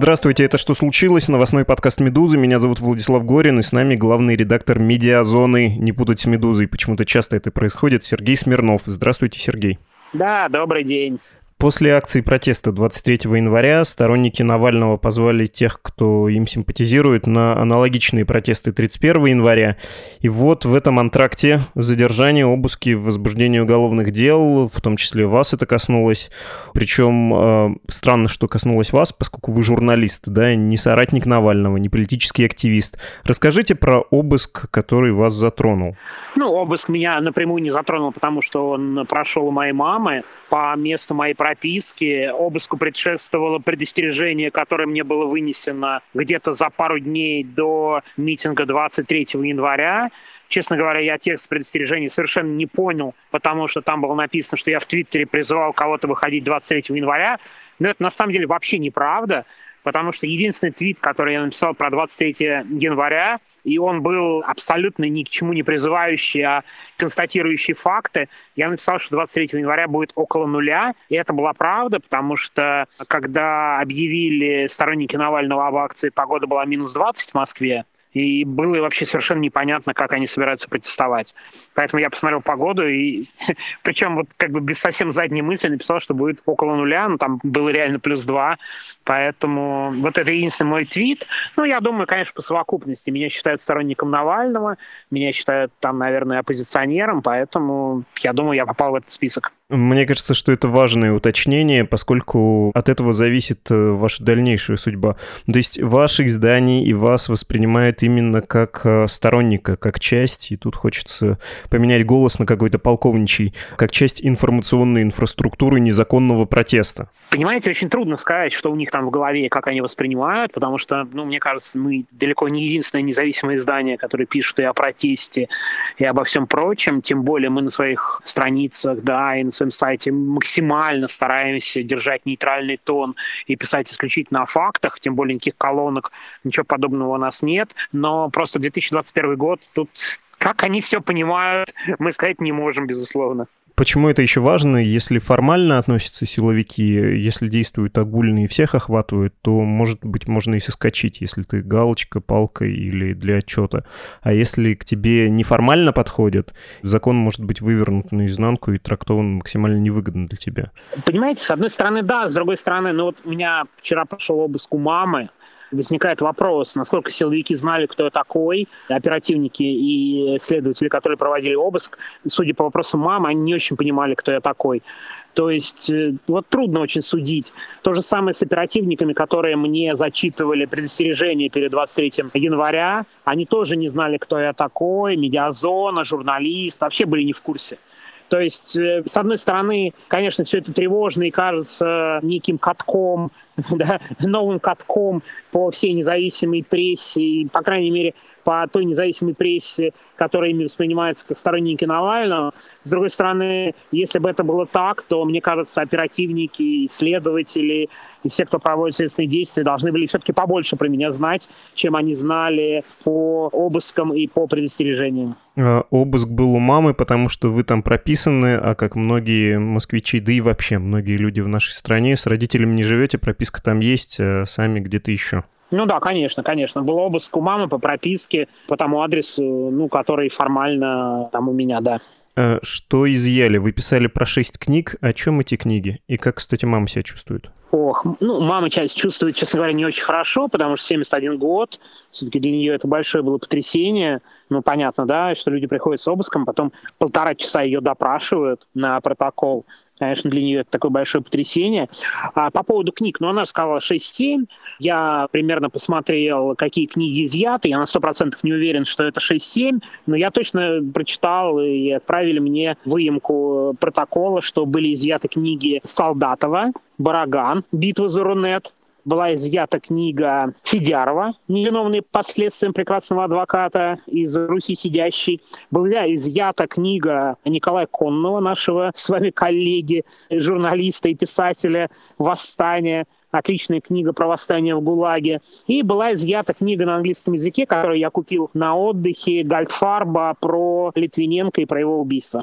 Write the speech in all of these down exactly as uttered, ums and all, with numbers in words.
Здравствуйте, это «Что случилось?» Новостной подкаст «Медузы». Меня зовут Владислав Горин, и с нами главный редактор «Медиазоны». Не путать с «Медузой», почему-то часто это происходит. Сергей Смирнов. Здравствуйте, Сергей. Да, добрый день. После акции протеста двадцать третьего января сторонники Навального позвали тех, кто им симпатизирует, на аналогичные протесты тридцать первого января. И вот в этом антракте задержание, обыски, возбуждение уголовных дел, в том числе вас это коснулось. Причем э, странно, что коснулось вас, поскольку вы журналист, да, не соратник Навального, не политический активист. Расскажите про обыск, который вас затронул. Ну, обыск меня напрямую не затронул, потому что он прошел у моей мамы по месту моей прописки. Обыску предшествовало предостережение, которое мне было вынесено где-то за пару дней до митинга двадцать третьего января. Честно говоря, я текст предостережения совершенно не понял, потому что там было написано, что я в Твиттере призывал кого-то выходить двадцать третьего января. Но это на самом деле вообще неправда, потому что единственный твит, который я написал про двадцать третьего января, и он был абсолютно ни к чему не призывающий, а констатирующий факты. Я написал, что двадцать третьего января будет около нуля, и это была правда, потому что когда объявили сторонники Навального об акции, погода была минус двадцать в Москве, и было вообще совершенно непонятно, как они собираются протестовать. Поэтому я посмотрел погоду, и причем вот как бы без совсем задней мысли написал, что будет около нуля, но там было реально плюс два. Поэтому вот это единственный мой твит. Ну, я думаю, конечно, по совокупности. Меня считают сторонником Навального, меня считают там, наверное, оппозиционером, поэтому я думаю, я попал в этот список. Мне кажется, что это важное уточнение, поскольку от этого зависит ваша дальнейшая судьба. То есть ваше издание и вас воспринимают именно как сторонника, как часть, и тут хочется поменять голос на какой-то полковничий, как часть информационной инфраструктуры незаконного протеста. Понимаете, очень трудно сказать, что у них там в голове, как они воспринимают, потому что, ну, мне кажется, мы далеко не единственное независимое издание, которое пишет и о протесте, и обо всем прочем, тем более мы на своих страницах, да, и на своем сайте максимально стараемся держать нейтральный тон и писать исключительно о фактах, тем более никаких колонок, ничего подобного у нас нет, но просто две тысячи двадцать первый год, тут как они все понимают, мы сказать не можем, безусловно. Почему это еще важно? Если формально относятся силовики, если действуют огульно и всех охватывают, то, может быть, можно и соскочить, если ты галочка, палка или для отчета. А если к тебе неформально подходят, закон может быть вывернут наизнанку и трактован максимально невыгодно для тебя. Понимаете, с одной стороны, да, с другой стороны, ну вот у меня вчера прошел обыск у мамы, возникает вопрос, насколько силовики знали, кто я такой. Оперативники и следователи, которые проводили обыск, судя по вопросам мамы, они не очень понимали, кто я такой. То есть вот трудно очень судить. То же самое с оперативниками, которые мне зачитывали предостережение перед двадцать третьего января. Они тоже не знали, кто я такой, медиазона, журналист, вообще были не в курсе. То есть, с одной стороны, конечно, все это тревожно и кажется неким катком, да, новым катком по всей независимой прессе, и, по крайней мере, по той независимой прессе, которая ими воспринимается как сторонники Навального. С другой стороны, если бы это было так, то, мне кажется, оперативники, исследователи и все, кто проводит следственные действия, должны были все-таки побольше про меня знать, чем они знали по обыскам и по предостережениям. Обыск был у мамы, потому что вы там прописаны, а как многие москвичи, да и вообще многие люди в нашей стране, с родителями не живете, прописка там есть, а сами где-то еще. Ну да, конечно, конечно. Был обыск у мамы по прописке, по тому адресу, ну, который формально там у меня, да. Что изъяли? Вы писали про шесть книг. О чем эти книги? И как, кстати, мама себя чувствует? Ох, ну, мама часть чувствует, честно говоря, не очень хорошо, потому что семьдесят один год, все-таки для нее это большое было потрясение. Ну, понятно, да, что люди приходят с обыском, потом полтора часа ее допрашивают на протокол. Конечно, для нее это такое большое потрясение. А по поводу книг, ну, она сказала шесть-семь. Я примерно посмотрел, какие книги изъяты. Я на сто процентов не уверен, что это шесть-семь, но я точно прочитал и отправили мне выемку протокола, что были изъяты книги Солдатова, Бараган, «Битва за Рунет». Была изъята книга Федярова «Невиновные последствия прекрасного адвоката» из «Руси сидящей». Была изъята книга Николая Конного, нашего с вами коллеги, журналиста и писателя «Восстание». Отличная книга про восстание в ГУЛАГе. И была изъята книга на английском языке, которую я купил на отдыхе, Гальдфарба, про Литвиненко и про его убийство.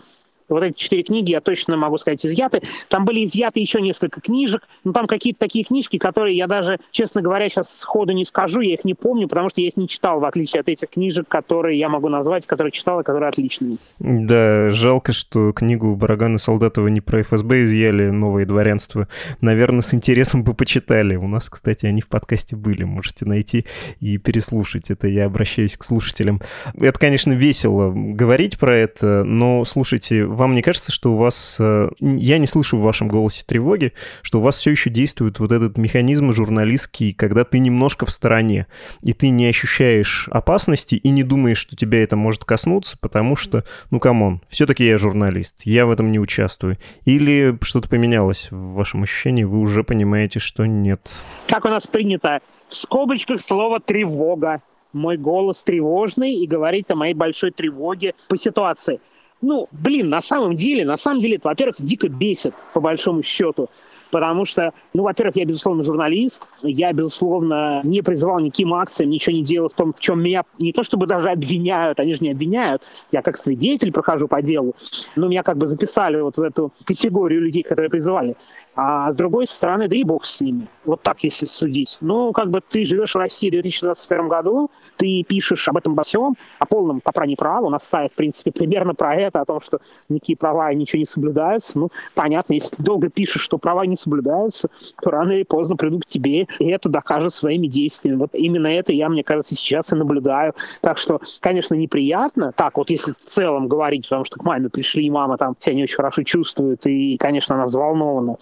Вот эти четыре книги, я точно могу сказать, изъяты. Там были изъяты еще несколько книжек, но там какие-то такие книжки, которые я даже, честно говоря, сейчас сходу не скажу, я их не помню, потому что я их не читал, в отличие от этих книжек, которые я могу назвать, которые читал и которые отличные. Да, жалко, что книгу Барагана Солдатова не про эф эс бэ изъяли, «Новое дворянство». Наверное, с интересом бы почитали. У нас, кстати, они в подкасте были. Можете найти и переслушать. Это я обращаюсь к слушателям. Это, конечно, весело говорить про это, но, слушайте, вам не кажется, что у вас... Я не слышу в вашем голосе тревоги, что у вас все еще действует вот этот механизм журналистский, когда ты немножко в стороне, и ты не ощущаешь опасности и не думаешь, что тебя это может коснуться, потому что, ну, камон, все-таки я журналист, я в этом не участвую. Или что-то поменялось в вашем ощущении, вы уже понимаете, что нет? Как у нас принято, в скобочках слово «тревога». Мой голос тревожный и говорит о моей большой тревоге по ситуации. Ну, блин, на самом деле, на самом деле это, во-первых, дико бесит, по большому счету. Потому что, ну, во-первых, я, безусловно, журналист, я, безусловно, не призывал никаким акциям, ничего не делал в том, в чем меня не то чтобы даже обвиняют, они же не обвиняют, я как свидетель прохожу по делу, но меня как бы записали вот в эту категорию людей, которые призывали. А с другой стороны, да и бог с ними. Вот так, если судить. Ну, как бы ты живешь в России в две тысячи двадцать первом году, ты пишешь об этом обо всем, о полном попрании прав. У нас сайт, в принципе, примерно про это, о том, что никакие права ничего не соблюдаются. Ну, понятно, если ты долго пишешь, что права не соблюдаются, то рано или поздно придут к тебе, и это докажет своими действиями. Вот именно это я, мне кажется, сейчас и наблюдаю. Так что, конечно, неприятно. Так вот, если в целом говорить, потому что к маме пришли, и мама там себя не очень хорошо чувствует, и, конечно, она взволнована.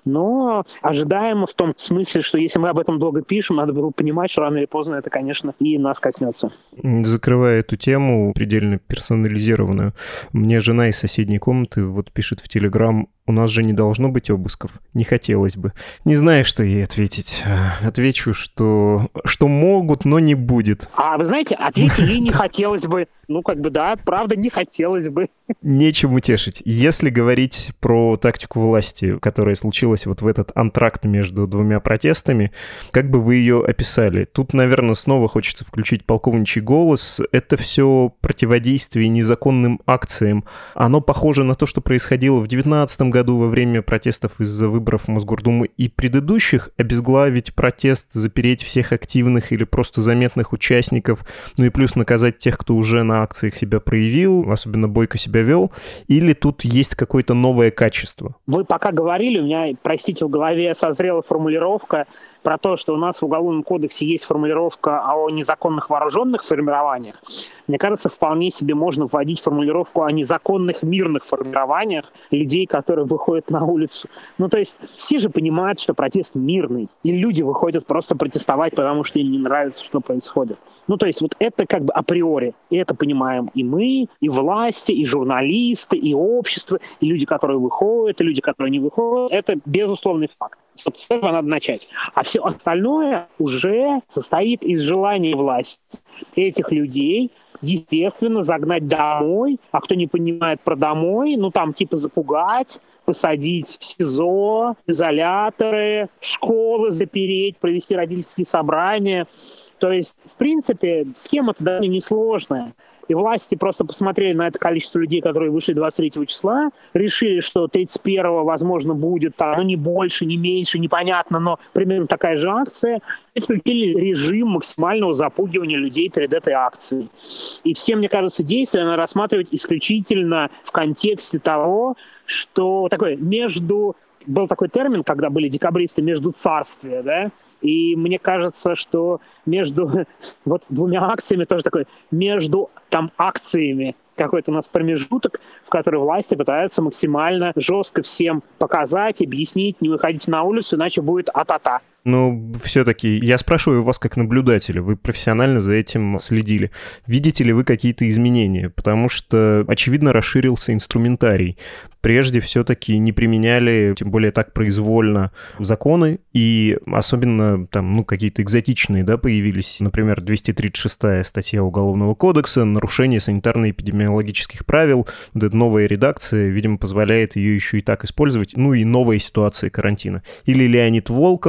Но ожидаемо в том смысле, что если мы об этом долго пишем, надо было понимать, что рано или поздно это, конечно, и нас коснется. Закрывая эту тему, предельно персонализированную, мне жена из соседней комнаты вот пишет в Телеграм: у нас же не должно быть обысков. Не хотелось бы. Не знаю, что ей ответить. Отвечу, что, что могут, но не будет. А вы знаете, ответить ей не хотелось бы. Ну, как бы, да, правда, не хотелось бы. Нечем утешить. Если говорить про тактику власти, которая случилась вот в этот антракт между двумя протестами, как бы вы ее описали? Тут, наверное, снова хочется включить полковничий голос. Это все противодействие незаконным акциям. Оно похоже на то, что происходило в девятнадцатом году во время протестов из-за выборов в Мосгордуму и предыдущих, обезглавить протест, запереть всех активных или просто заметных участников, ну и плюс наказать тех, кто уже на акциях себя проявил, особенно бойко себя вел, или тут есть какое-то новое качество? Вы пока говорили, у меня, простите, в голове созрела формулировка про то, что у нас в Уголовном кодексе есть формулировка о незаконных вооруженных формированиях. Мне кажется, вполне себе можно вводить формулировку о незаконных мирных формированиях людей, которые выходят на улицу. Ну, то есть все же понимают, что протест мирный, и люди выходят просто протестовать, потому что им не нравится, что происходит. Ну, то есть вот это как бы априори. И это понимаем и мы, и власти, и журналисты, и общество, и люди, которые выходят, и люди, которые не выходят. Это безусловный факт. Вот с этого надо начать. А все остальное уже состоит из желания власти этих людей, естественно, загнать домой, а кто не понимает про домой, ну там типа запугать, посадить в СИЗО, изоляторы, школы запереть, провести родительские собрания. То есть, в принципе, схема-то довольно несложная. И власти просто посмотрели на это количество людей, которые вышли двадцать третьего числа, решили, что тридцать первого, возможно, будет, там, ну, не больше, не меньше, непонятно, но примерно такая же акция, и включили режим максимального запугивания людей перед этой акцией. И все, мне кажется, действия надо рассматривать исключительно в контексте того, что такое между... Был такой термин, когда были декабристы, междуцарствия, да? И мне кажется, что между вот двумя акциями тоже такой, между там акциями какой-то у нас промежуток, в который власти пытаются максимально жестко всем показать, объяснить, не выходить на улицу, иначе будет а-та-та. Но все-таки я спрашиваю вас как наблюдателя, вы профессионально за этим следили. Видите ли вы какие-то изменения? Потому что, очевидно, расширился инструментарий. Прежде все-таки не применяли, тем более так произвольно, законы, и особенно там, ну, какие-то экзотичные, да, появились, например, двести тридцать шестая статья Уголовного кодекса, нарушение санитарно-эпидемиологических правил. Вот эта новая редакция, видимо, позволяет ее еще и так использовать. Ну и новые ситуации карантина. Или Леонид Волков, это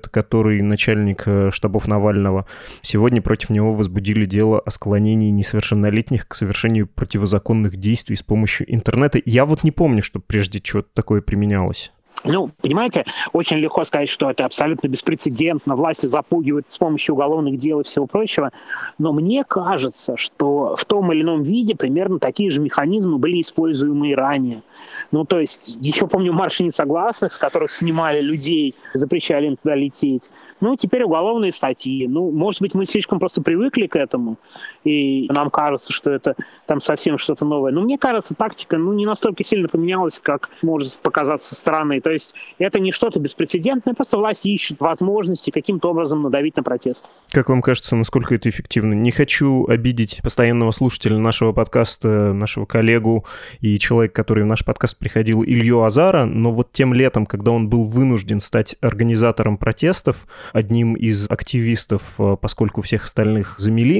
Бекет, который начальник штабов Навального. Сегодня против него возбудили дело о склонении несовершеннолетних к совершению противозаконных действий с помощью интернета. Я вот не помню, что прежде чего-то такое применялось. Ну, понимаете, очень легко сказать, что это абсолютно беспрецедентно, власти запугивают с помощью уголовных дел и всего прочего, но мне кажется, что в том или ином виде примерно такие же механизмы были используемы и ранее. Ну, то есть, еще помню марши несогласных, с которых снимали людей, запрещали им туда лететь. Ну, теперь уголовные статьи. Ну, может быть, мы слишком просто привыкли к этому, и нам кажется, что это там совсем что-то новое. Но мне кажется, тактика, ну, не настолько сильно поменялась, как может показаться со стороны. То есть это не что-то беспрецедентное, просто власти ищут возможности каким-то образом надавить на протест. Как вам кажется, насколько это эффективно? Не хочу обидеть постоянного слушателя нашего подкаста, нашего коллегу и человека, который в наш подкаст приходил, Илью Азара, но вот тем летом, когда он был вынужден стать организатором протестов, одним из активистов, поскольку всех остальных замели,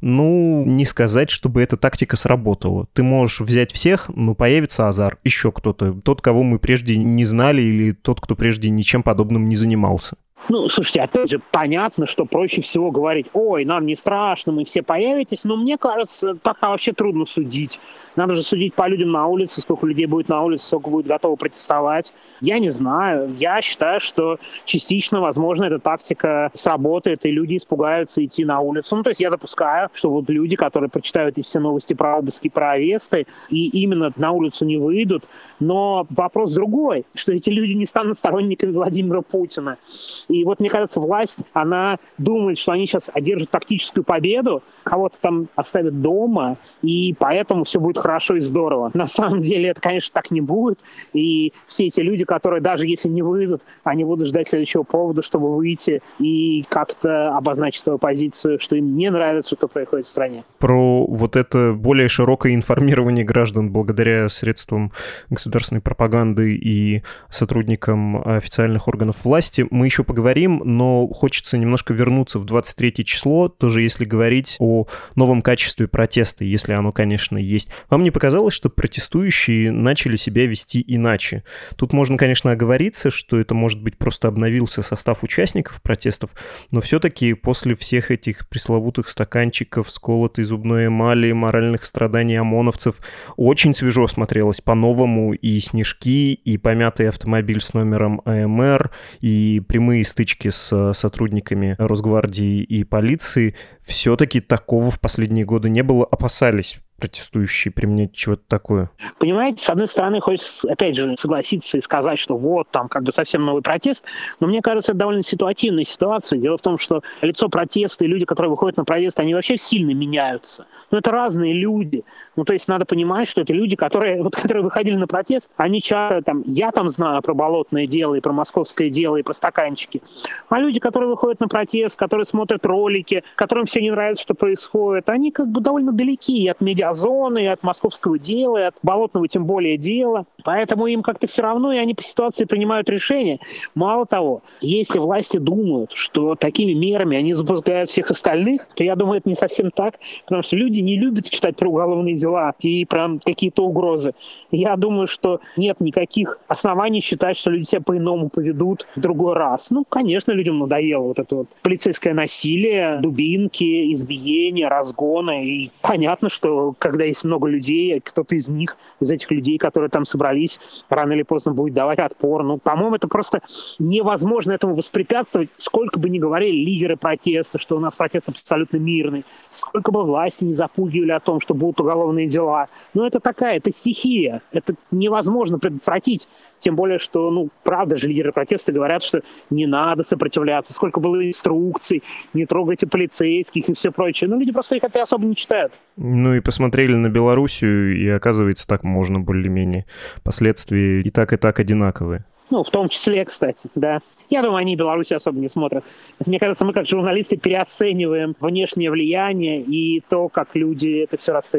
ну, не сказать, чтобы эта тактика сработала. Ты можешь взять всех, но появится Азар, еще кто-то, тот, кого мы прежде не знали, или тот, кто прежде ничем подобным не занимался. Ну, слушайте, опять же, понятно, что проще всего говорить: ой, нам не страшно, мы все появитесь, но мне кажется, пока вообще трудно судить. Надо же судить по людям на улице, сколько людей будет на улице, сколько будет готово протестовать. Я не знаю. Я считаю, что частично, возможно, эта тактика сработает, и люди испугаются идти на улицу. Ну, то есть я допускаю, что вот люди, которые прочитают и все новости про обыски, про аресты, и именно на улицу не выйдут. Но вопрос другой, что эти люди не станут сторонниками Владимира Путина. И вот, мне кажется, власть, она думает, что они сейчас одержат тактическую победу, кого-то там оставят дома, и поэтому все будет хорошо и здорово. На самом деле это, конечно, так не будет. И все эти люди, которые даже если не выйдут, они будут ждать следующего повода, чтобы выйти и как-то обозначить свою позицию, что им не нравится, что происходит в стране. Про вот это более широкое информирование граждан благодаря средствам государственной пропаганды и сотрудникам официальных органов власти мы еще поговорим, но хочется немножко вернуться в двадцать третье число, тоже если говорить о новом качестве протеста, если оно, конечно, есть. Вам не показалось, что протестующие начали себя вести иначе? Тут можно, конечно, оговориться, что это, может быть, просто обновился состав участников протестов, но все-таки после всех этих пресловутых стаканчиков, сколотой зубной эмали, моральных страданий ОМОНовцев очень свежо смотрелось по-новому и снежки, и помятый автомобиль с номером АМР, и прямые стычки с сотрудниками Росгвардии и полиции. Все-таки такого в последние годы не было, опасались протестующие применять чего-то такое? Понимаете, с одной стороны, хочется, опять же, согласиться и сказать, что вот, там, как бы совсем новый протест, но мне кажется, это довольно ситуативная ситуация. Дело в том, что лицо протеста и люди, которые выходят на протест, они вообще сильно меняются. Но это разные люди. Ну, то есть надо понимать, что это люди, которые, вот, которые выходили на протест, они часто, там, я там знаю про болотное дело и про московское дело и про стаканчики, а люди, которые выходят на протест, которые смотрят ролики, которым все не нравится, что происходит, они как бы довольно далеки от медиа зоны, от московского дела, и от болотного тем более дела. Поэтому им как-то все равно, и они по ситуации принимают решения. Мало того, если власти думают, что такими мерами они запускают всех остальных, то я думаю, это не совсем так, потому что люди не любят читать про уголовные дела и про какие-то угрозы. Я думаю, что нет никаких оснований считать, что люди себя по-иному поведут в другой раз. Ну, конечно, людям надоело вот это вот полицейское насилие, дубинки, избиения, разгоны. И понятно, что когда есть много людей, кто-то из них, из этих людей, которые там собрались, рано или поздно будет давать отпор. Ну, по-моему, это просто невозможно этому воспрепятствовать. Сколько бы ни говорили лидеры протеста, что у нас протест абсолютно мирный, сколько бы власти не запугивали о том, что будут уголовные дела. Но это такая, это стихия. Это невозможно предотвратить. Тем более, что, ну, правда же, лидеры протеста говорят, что не надо сопротивляться. Сколько было инструкций, не трогайте полицейских и все прочее. Но люди просто их это особо не читают. Ну и посмотрели на Белоруссию, и оказывается, так можно более-менее. Последствия и так, и так одинаковые. Ну, в том числе, кстати, да. Я думаю, они Беларусь особо не смотрят. Мне кажется, мы как журналисты переоцениваем внешнее влияние и то, как люди это все расценивают.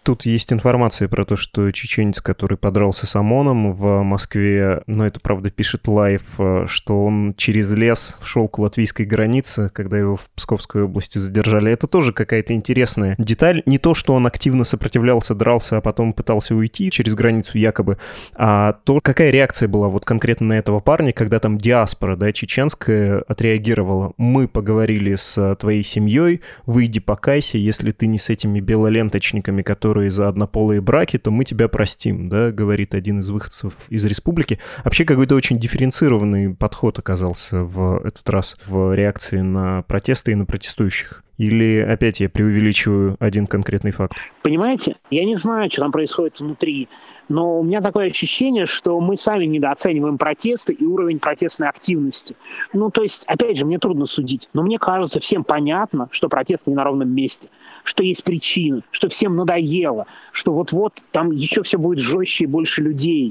Тут есть информация про то, что чеченец, который подрался с ОМОНом в Москве, но это, правда, пишет Лайф, что он через лес шел к латвийской границе, когда его в Псковской области задержали. Это тоже какая-то интересная деталь. Не то, что он активно сопротивлялся, дрался, а потом пытался уйти через границу якобы, а то, какая реакция была вот конкретно на этого парня, когда там диаспора, да, чеченская отреагировала. Мы поговорили с твоей семьей, выйди покайся, если ты не с этими белоленточниками, которые за однополые браки, то мы тебя простим, да, говорит один из выходцев из республики. Вообще какой-то очень дифференцированный подход оказался в этот раз в реакции на протесты и на протестующих. Или опять я преувеличиваю один конкретный факт? Понимаете, я не знаю, что там происходит внутри, но у меня такое ощущение, что мы сами недооцениваем протесты и уровень протестной активности. Ну, то есть, опять же, мне трудно судить, но мне кажется, всем понятно, что протест не на ровном месте, что есть причины, что всем надоело, что вот-вот там еще все будет жестче и больше людей.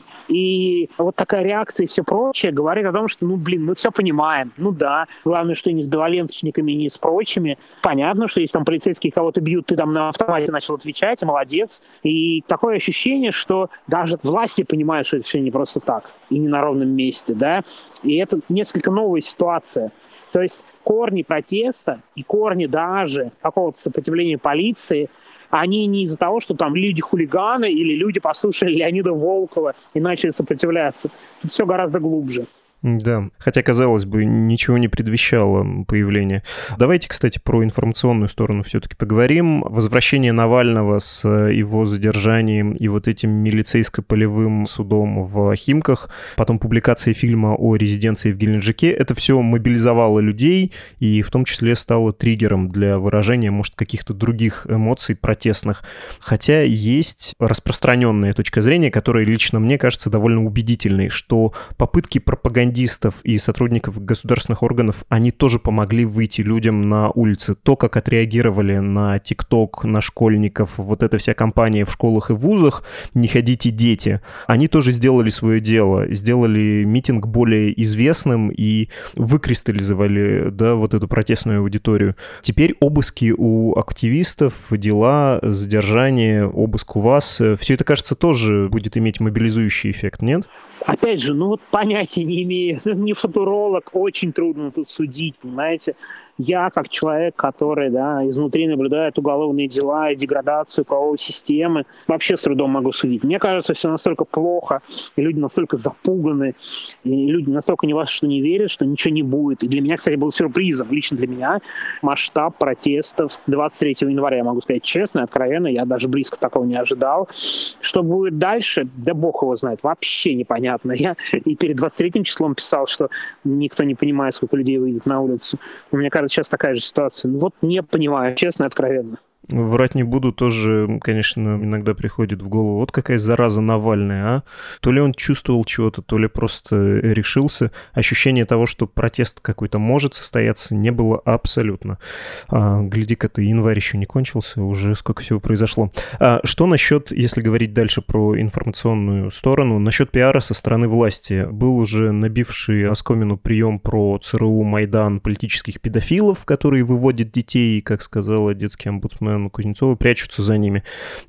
И вот такая реакция и все прочее говорит о том, что, ну, блин, мы все понимаем. Ну да, главное, что и не с белоленточниками, и не с прочими. Понятно, что если там полицейские кого-то бьют, ты там на автомате начал отвечать, и молодец. И такое ощущение, что даже власти понимают, что это все не просто так и не на ровном месте, да. И это несколько новая ситуация. То есть корни протеста и корни даже какого-то сопротивления полиции, они не из-за того, что там люди-хулиганы или люди послушали Леонида Волкова и начали сопротивляться. Тут все гораздо глубже. Да, хотя, казалось бы, ничего не предвещало появление. Давайте, кстати, про информационную сторону все-таки поговорим. Возвращение Навального с его задержанием и вот этим милицейско-полевым судом в Химках, потом публикация фильма о резиденции в Геленджике, это все мобилизовало людей и в том числе стало триггером для выражения, может, каких-то других эмоций протестных. Хотя есть распространенная точка зрения, которая лично мне кажется довольно убедительной, что попытки пропагандировать и сотрудников государственных органов, они тоже помогли выйти людям на улицы. То, как отреагировали на ТикТок, на школьников, вот эта вся кампания в школах и вузах «Не ходите, дети», они тоже сделали свое дело, сделали митинг более известным и выкристаллизовали, да, вот эту протестную аудиторию. Теперь обыски у активистов, дела, задержание, обыск у вас, все это, кажется, тоже будет иметь мобилизующий эффект, нет? Опять же, ну вот понятия не имею, не футуролог, очень трудно тут судить, понимаете. Я, как человек, который, да, изнутри наблюдает уголовные дела и деградацию правовой системы, вообще с трудом могу судить. Мне кажется, все настолько плохо, и люди настолько запуганы, и люди настолько ни во что не верят, что ничего не будет. И для меня, кстати, был сюрпризом, лично для меня, масштаб протестов двадцать третьего января. Я могу сказать честно, откровенно, я даже близко такого не ожидал. Что будет дальше, да бог его знает, вообще непонятно. Я и перед двадцать третьим числом писал, что никто не понимает, сколько людей выйдет на улицу. Но мне кажется, сейчас такая же ситуация. Ну вот не понимаю, честно и откровенно. Врать не буду, тоже, конечно, иногда приходит в голову. Вот какая зараза Навальная, а? То ли он чувствовал чего-то, то ли просто решился. Ощущение того, что протест какой-то может состояться, не было абсолютно. А, гляди-ка ты, январь еще не кончился, уже сколько всего произошло. А, что насчет, если говорить дальше про информационную сторону, насчет пиара со стороны власти? Был уже набивший оскомину прием про ЦРУ, Майдан, политических педофилов, которые выводят детей, как сказала детский омбудсмен Кузнецова, прячутся за ними.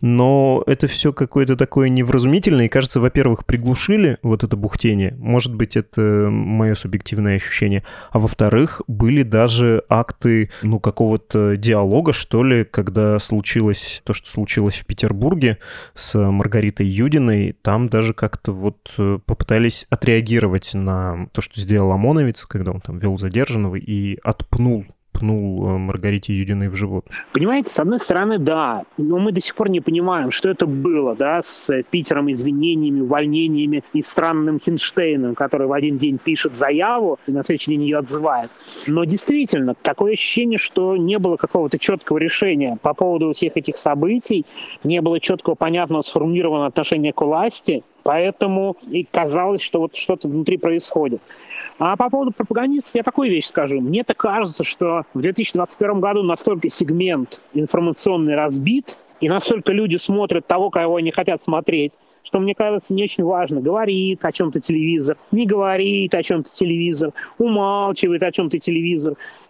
Но это все какое-то такое невразумительное, и, кажется, во-первых, приглушили вот это бухтение. Может быть, это мое субъективное ощущение. А во-вторых, были даже акты, ну, какого-то диалога, что ли, когда случилось то, что случилось в Петербурге с Маргаритой Юдиной. Там даже как-то вот попытались отреагировать на то, что сделал ОМОНовец, когда он там вел задержанного и отпнул пнул Маргарите Юдиной в живот. Понимаете, с одной стороны, да, но мы до сих пор не понимаем, что это было, да, с Питером, извинениями, увольнениями и странным Хинштейном, который в один день пишет заяву и на следующий день ее отзывает. Но действительно, такое ощущение, что не было какого-то четкого решения по поводу всех этих событий, не было четкого, понятного, сформулированного отношения к власти, поэтому и казалось, что вот что-то внутри происходит. А по поводу пропагандистов я такую вещь скажу. Мне-то кажется, что в две тысячи двадцать первом году настолько сегмент информационный разбит, и настолько люди смотрят того, кого они хотят смотреть, что, мне кажется, не очень важно, говорит о чем-то телевизор, не говорит о чем-то телевизор, умалчивает о чем-то телевизор.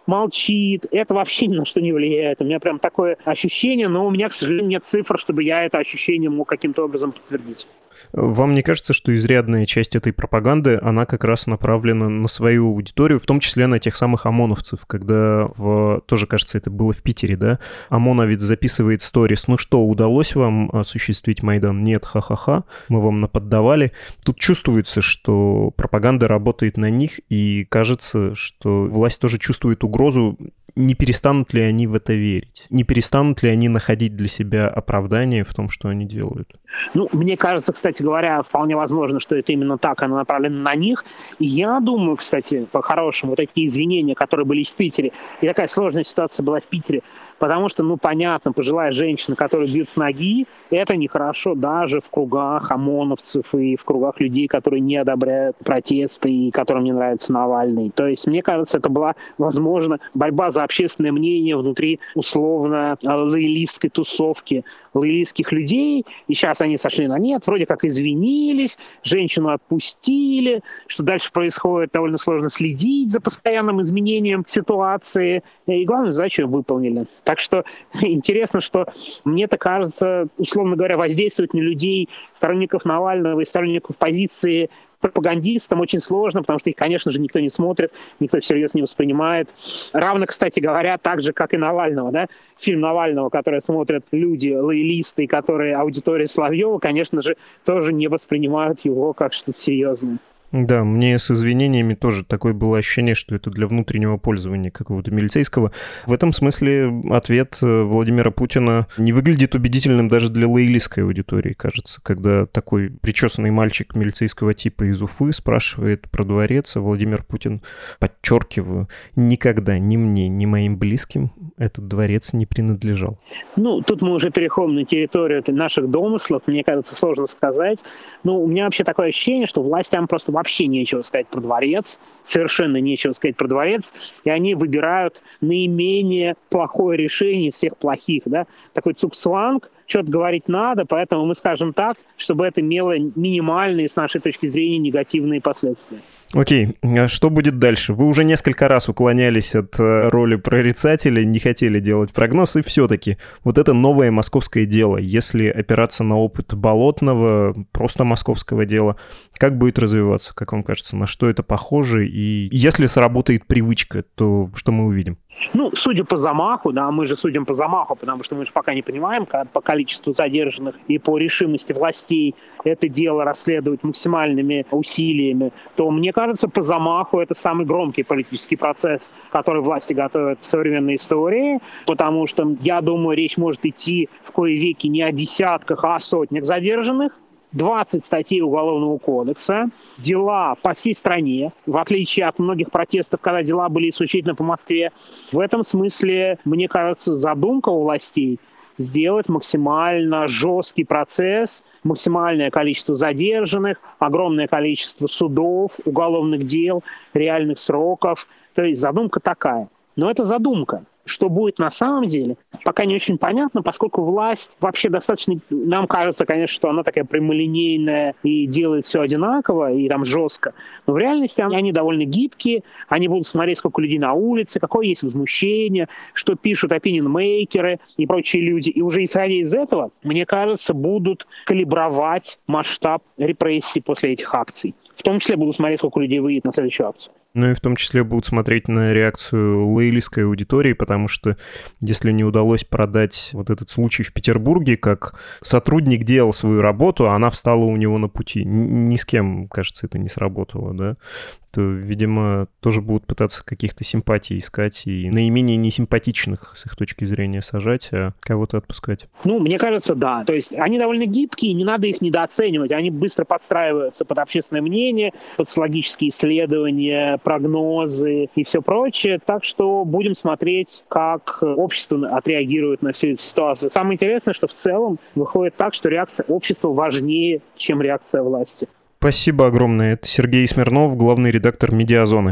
молчит. Это вообще ни на что не влияет. У меня прям такое ощущение, но у меня, к сожалению, нет цифр, чтобы я это ощущение мог каким-то образом подтвердить. Вам не кажется, что изрядная часть этой пропаганды, она как раз направлена на свою аудиторию, в том числе на тех самых ОМОНовцев, когда в... тоже, кажется, это было в Питере, да? ОМОНовец записывает сторис: ну что, удалось вам осуществить Майдан? Нет, ха-ха-ха, мы вам наподдавали. Тут чувствуется, что пропаганда работает на них, и кажется, что власть тоже чувствует угрозу. Не перестанут ли они в это верить? Не перестанут ли они находить для себя оправдание в том, что они делают? Ну, мне кажется, кстати говоря, вполне возможно, что это именно так, оно направлено на них. И я думаю, кстати, по-хорошему, вот эти извинения, которые были в Питере, и такая сложная ситуация была в Питере, потому что, ну, понятно, пожилая женщина, которая бьет с ноги, это нехорошо даже в кругах ОМОНовцев и в кругах людей, которые не одобряют протесты и которым не нравится Навальный. То есть, мне кажется, это была, возможно, борьба за общественное мнение внутри условно лоялистской тусовки лоялистских людей. И сейчас они сошли на нет, вроде как извинились, женщину отпустили, что дальше происходит, довольно сложно следить за постоянным изменением ситуации. И главную задачу выполнили. Так что интересно, что мне-то кажется, условно говоря, воздействовать на людей, сторонников Навального и сторонников позиции пропагандистам очень сложно, потому что их, конечно же, никто не смотрит, никто всерьез не воспринимает. Равно, кстати говоря, так же, как и Навального, да? Фильм Навального, который смотрят люди, лоялисты, которые аудитория Соловьева, конечно же, тоже не воспринимают его как что-то серьезное. Да, мне с извинениями тоже такое было ощущение, что это для внутреннего пользования какого-то милицейского. В этом смысле ответ Владимира Путина не выглядит убедительным даже для лоялистской аудитории, кажется, когда такой причесанный мальчик милицейского типа из Уфы спрашивает про дворец, а Владимир Путин, подчеркиваю, никогда ни мне, ни моим близким этот дворец не принадлежал. Ну, тут мы уже переходим на территорию наших домыслов, мне кажется, сложно сказать. Но у меня вообще такое ощущение, что властям просто вообще нечего сказать про дворец, совершенно нечего сказать про дворец, и они выбирают наименее плохое решение из всех плохих, да, такой цугцванг, что-то говорить надо, поэтому мы скажем так, чтобы это имело минимальные, с нашей точки зрения, негативные последствия. Окей, а что будет дальше? Вы уже несколько раз уклонялись от роли прорицателя, не хотели делать прогноз, и все-таки вот это новое московское дело, если опираться на опыт Болотного, просто московского дела, как будет развиваться, как вам кажется, на что это похоже? И если сработает привычка, то что мы увидим? Ну, судя по замаху, да, мы же судим по замаху, потому что мы же пока не понимаем, как, по количеству задержанных и по решимости властей это дело расследовать максимальными усилиями, то, мне кажется, по замаху это самый громкий политический процесс, который власти готовят в современной истории, потому что, я думаю, речь может идти в кои веки не о десятках, а о сотнях задержанных. двадцать статей Уголовного кодекса, дела по всей стране, в отличие от многих протестов, когда дела были исключительно по Москве. В этом смысле, мне кажется, задумка у властей сделать максимально жесткий процесс, максимальное количество задержанных, огромное количество судов, уголовных дел, реальных сроков. То есть задумка такая. Но это задумка. Что будет на самом деле, пока не очень понятно, поскольку власть вообще достаточно... Нам кажется, конечно, что она такая прямолинейная и делает все одинаково, и там жестко. Но в реальности они довольно гибкие, они будут смотреть, сколько людей на улице, какое есть возмущение, что пишут opinion-мейкеры и прочие люди. И уже исходя из этого, мне кажется, будут калибровать масштаб репрессий после этих акций. В том числе будут смотреть, сколько людей выйдет на следующую акцию. Ну и в том числе будут смотреть на реакцию лоялистской аудитории, потому что если не удалось продать вот этот случай в Петербурге, как сотрудник делал свою работу, а она встала у него на пути, ни с кем, кажется, это не сработало, да, то, видимо, тоже будут пытаться каких-то симпатий искать и наименее несимпатичных с их точки зрения сажать, а кого-то отпускать. Ну, мне кажется, да. То есть они довольно гибкие, не надо их недооценивать. Они быстро подстраиваются под общественное мнение, под социологические исследования, прогнозы и все прочее. Так что будем смотреть, как общество отреагирует на всю эту ситуацию. Самое интересное, что в целом выходит так, что реакция общества важнее, чем реакция власти. Спасибо огромное. Это Сергей Смирнов, главный редактор «Медиазоны».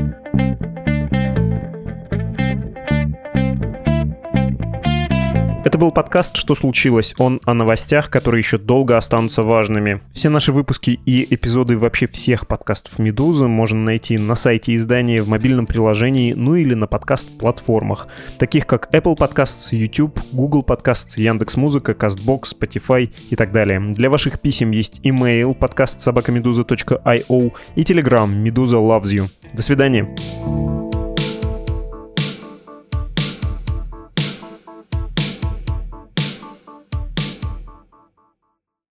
Это Это был подкаст «Что случилось?». Он о новостях, которые еще долго останутся важными. Все наши выпуски и эпизоды вообще всех подкастов «Медузы» можно найти на сайте издания, в мобильном приложении, ну или на подкаст-платформах, таких как Apple Podcasts, YouTube, Google Podcasts, Яндекс.Музыка, Castbox, Spotify и так далее. Для ваших писем есть email подкаст собака медуза точка ай о и Telegram «Медуза loves you». До свидания.